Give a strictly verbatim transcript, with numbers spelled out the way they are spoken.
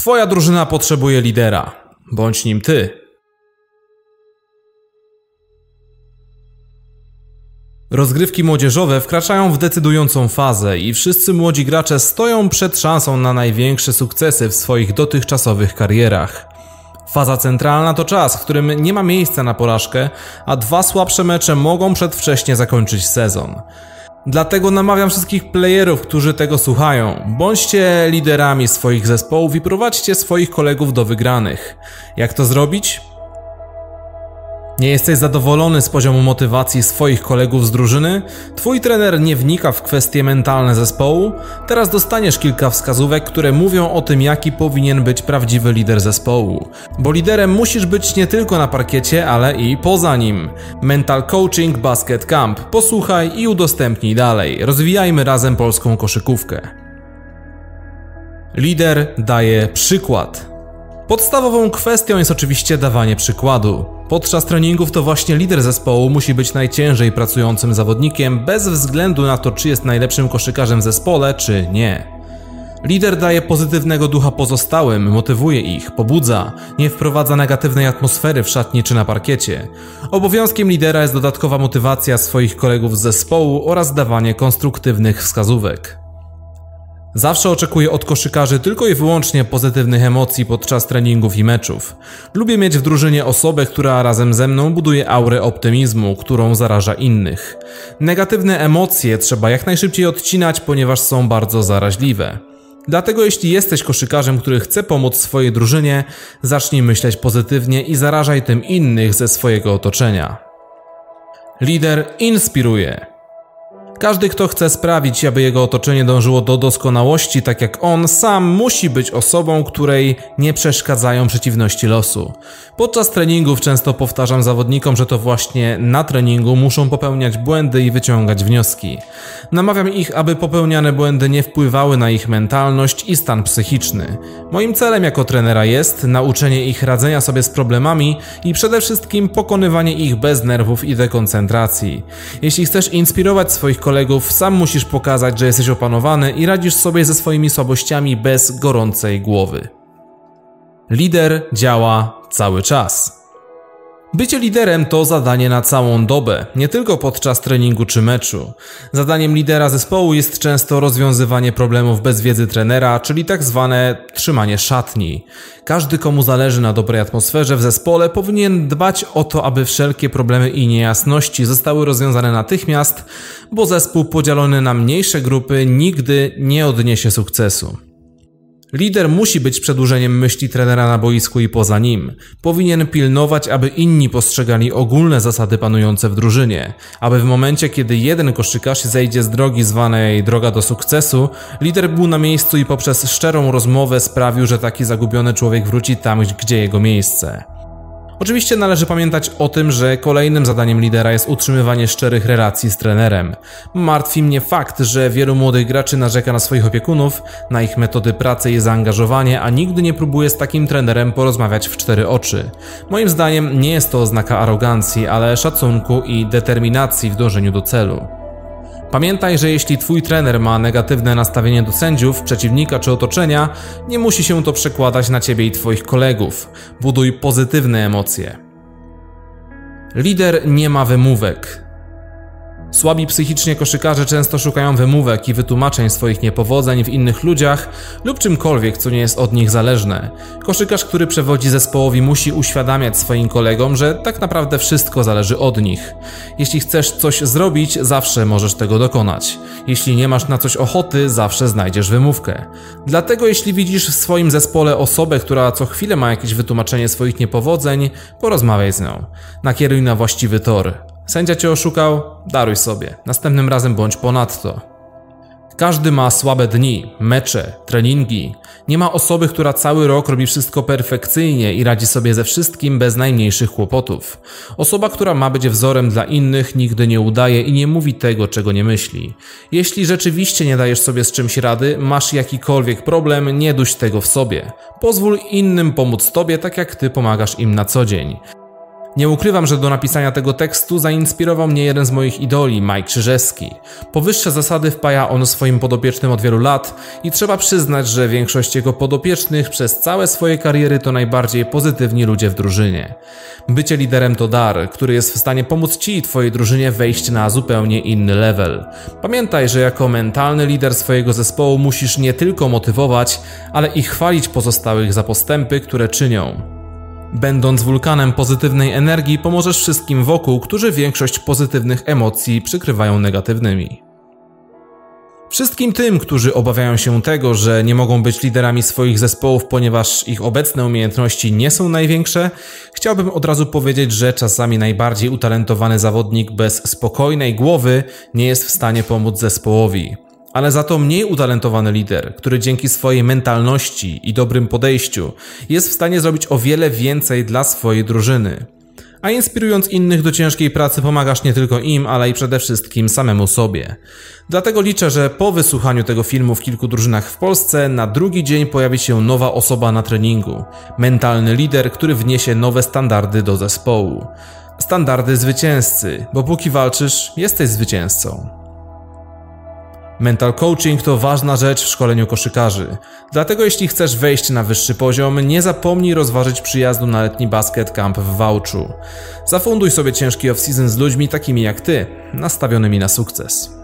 Twoja drużyna potrzebuje lidera. Bądź nim ty. Rozgrywki młodzieżowe wkraczają w decydującą fazę i wszyscy młodzi gracze stoją przed szansą na największe sukcesy w swoich dotychczasowych karierach. Faza centralna to czas, w którym nie ma miejsca na porażkę, a dwa słabsze mecze mogą przedwcześnie zakończyć sezon. Dlatego namawiam wszystkich playerów, którzy tego słuchają. Bądźcie liderami swoich zespołów i prowadźcie swoich kolegów do wygranych. Jak to zrobić? Nie jesteś zadowolony z poziomu motywacji swoich kolegów z drużyny? Twój trener nie wnika w kwestie mentalne zespołu? Teraz dostaniesz kilka wskazówek, które mówią o tym, jaki powinien być prawdziwy lider zespołu. Bo liderem musisz być nie tylko na parkiecie, ale i poza nim. Mental Coaching Basket Camp. Posłuchaj i udostępnij dalej. Rozwijajmy razem polską koszykówkę. Lider daje przykład. Podstawową kwestią jest oczywiście dawanie przykładu. Podczas treningów to właśnie lider zespołu musi być najciężej pracującym zawodnikiem bez względu na to, czy jest najlepszym koszykarzem w zespole, czy nie. Lider daje pozytywnego ducha pozostałym, motywuje ich, pobudza, nie wprowadza negatywnej atmosfery w szatni czy na parkiecie. Obowiązkiem lidera jest dodatkowa motywacja swoich kolegów z zespołu oraz dawanie konstruktywnych wskazówek. Zawsze oczekuję od koszykarzy tylko i wyłącznie pozytywnych emocji podczas treningów i meczów. Lubię mieć w drużynie osobę, która razem ze mną buduje aurę optymizmu, którą zaraża innych. Negatywne emocje trzeba jak najszybciej odcinać, ponieważ są bardzo zaraźliwe. Dlatego jeśli jesteś koszykarzem, który chce pomóc swojej drużynie, zacznij myśleć pozytywnie i zarażaj tym innych ze swojego otoczenia. Lider inspiruje. Każdy, kto chce sprawić, aby jego otoczenie dążyło do doskonałości, tak jak on, sam musi być osobą, której nie przeszkadzają przeciwności losu. Podczas treningów często powtarzam zawodnikom, że to właśnie na treningu muszą popełniać błędy i wyciągać wnioski. Namawiam ich, aby popełniane błędy nie wpływały na ich mentalność i stan psychiczny. Moim celem jako trenera jest nauczenie ich radzenia sobie z problemami i przede wszystkim pokonywanie ich bez nerwów i dekoncentracji. Jeśli chcesz inspirować swoich kolegów, sam musisz pokazać, że jesteś opanowany i radzisz sobie ze swoimi słabościami bez gorącej głowy. Lider działa cały czas. Bycie liderem to zadanie na całą dobę, nie tylko podczas treningu czy meczu. Zadaniem lidera zespołu jest często rozwiązywanie problemów bez wiedzy trenera, czyli tak zwane trzymanie szatni. Każdy, komu zależy na dobrej atmosferze w zespole, powinien dbać o to, aby wszelkie problemy i niejasności zostały rozwiązane natychmiast, bo zespół podzielony na mniejsze grupy nigdy nie odniesie sukcesu. Lider musi być przedłużeniem myśli trenera na boisku i poza nim. Powinien pilnować, aby inni postrzegali ogólne zasady panujące w drużynie. Aby w momencie, kiedy jeden koszykarz zejdzie z drogi zwanej droga do sukcesu, lider był na miejscu i poprzez szczerą rozmowę sprawił, że taki zagubiony człowiek wróci tam, gdzie jego miejsce. Oczywiście należy pamiętać o tym, że kolejnym zadaniem lidera jest utrzymywanie szczerych relacji z trenerem. Martwi mnie fakt, że wielu młodych graczy narzeka na swoich opiekunów, na ich metody pracy i zaangażowanie, a nigdy nie próbuje z takim trenerem porozmawiać w cztery oczy. Moim zdaniem nie jest to oznaka arogancji, ale szacunku i determinacji w dążeniu do celu. Pamiętaj, że jeśli twój trener ma negatywne nastawienie do sędziów, przeciwnika czy otoczenia, nie musi się to przekładać na ciebie i twoich kolegów. Buduj pozytywne emocje. Lider nie ma wymówek. Słabi psychicznie koszykarze często szukają wymówek i wytłumaczeń swoich niepowodzeń w innych ludziach lub czymkolwiek, co nie jest od nich zależne. Koszykarz, który przewodzi zespołowi, musi uświadamiać swoim kolegom, że tak naprawdę wszystko zależy od nich. Jeśli chcesz coś zrobić, zawsze możesz tego dokonać. Jeśli nie masz na coś ochoty, zawsze znajdziesz wymówkę. Dlatego jeśli widzisz w swoim zespole osobę, która co chwilę ma jakieś wytłumaczenie swoich niepowodzeń, porozmawiaj z nią. Nakieruj na właściwy tor. Sędzia cię oszukał? Daruj sobie. Następnym razem bądź ponadto. Każdy ma słabe dni, mecze, treningi. Nie ma osoby, która cały rok robi wszystko perfekcyjnie i radzi sobie ze wszystkim bez najmniejszych kłopotów. Osoba, która ma być wzorem dla innych, nigdy nie udaje i nie mówi tego, czego nie myśli. Jeśli rzeczywiście nie dajesz sobie z czymś rady, masz jakikolwiek problem, nie duś tego w sobie. Pozwól innym pomóc tobie, tak jak ty pomagasz im na co dzień. Nie ukrywam, że do napisania tego tekstu zainspirował mnie jeden z moich idoli, Mike Krzyżewski. Powyższe zasady wpaja on swoim podopiecznym od wielu lat i trzeba przyznać, że większość jego podopiecznych przez całe swoje kariery to najbardziej pozytywni ludzie w drużynie. Bycie liderem to dar, który jest w stanie pomóc ci i twojej drużynie wejść na zupełnie inny level. Pamiętaj, że jako mentalny lider swojego zespołu musisz nie tylko motywować, ale i chwalić pozostałych za postępy, które czynią. Będąc wulkanem pozytywnej energii, pomożesz wszystkim wokół, którzy większość pozytywnych emocji przykrywają negatywnymi. Wszystkim tym, którzy obawiają się tego, że nie mogą być liderami swoich zespołów, ponieważ ich obecne umiejętności nie są największe, chciałbym od razu powiedzieć, że czasami najbardziej utalentowany zawodnik bez spokojnej głowy nie jest w stanie pomóc zespołowi. Ale za to mniej utalentowany lider, który dzięki swojej mentalności i dobrym podejściu jest w stanie zrobić o wiele więcej dla swojej drużyny. A inspirując innych do ciężkiej pracy pomagasz nie tylko im, ale i przede wszystkim samemu sobie. Dlatego liczę, że po wysłuchaniu tego filmu w kilku drużynach w Polsce na drugi dzień pojawi się nowa osoba na treningu. Mentalny lider, który wniesie nowe standardy do zespołu. Standardy zwycięzcy, bo póki walczysz, jesteś zwycięzcą. Mental coaching to ważna rzecz w szkoleniu koszykarzy. Dlatego jeśli chcesz wejść na wyższy poziom, nie zapomnij rozważyć przyjazdu na letni basket camp w Wałczu. Zafunduj sobie ciężki off-season z ludźmi takimi jak ty, nastawionymi na sukces.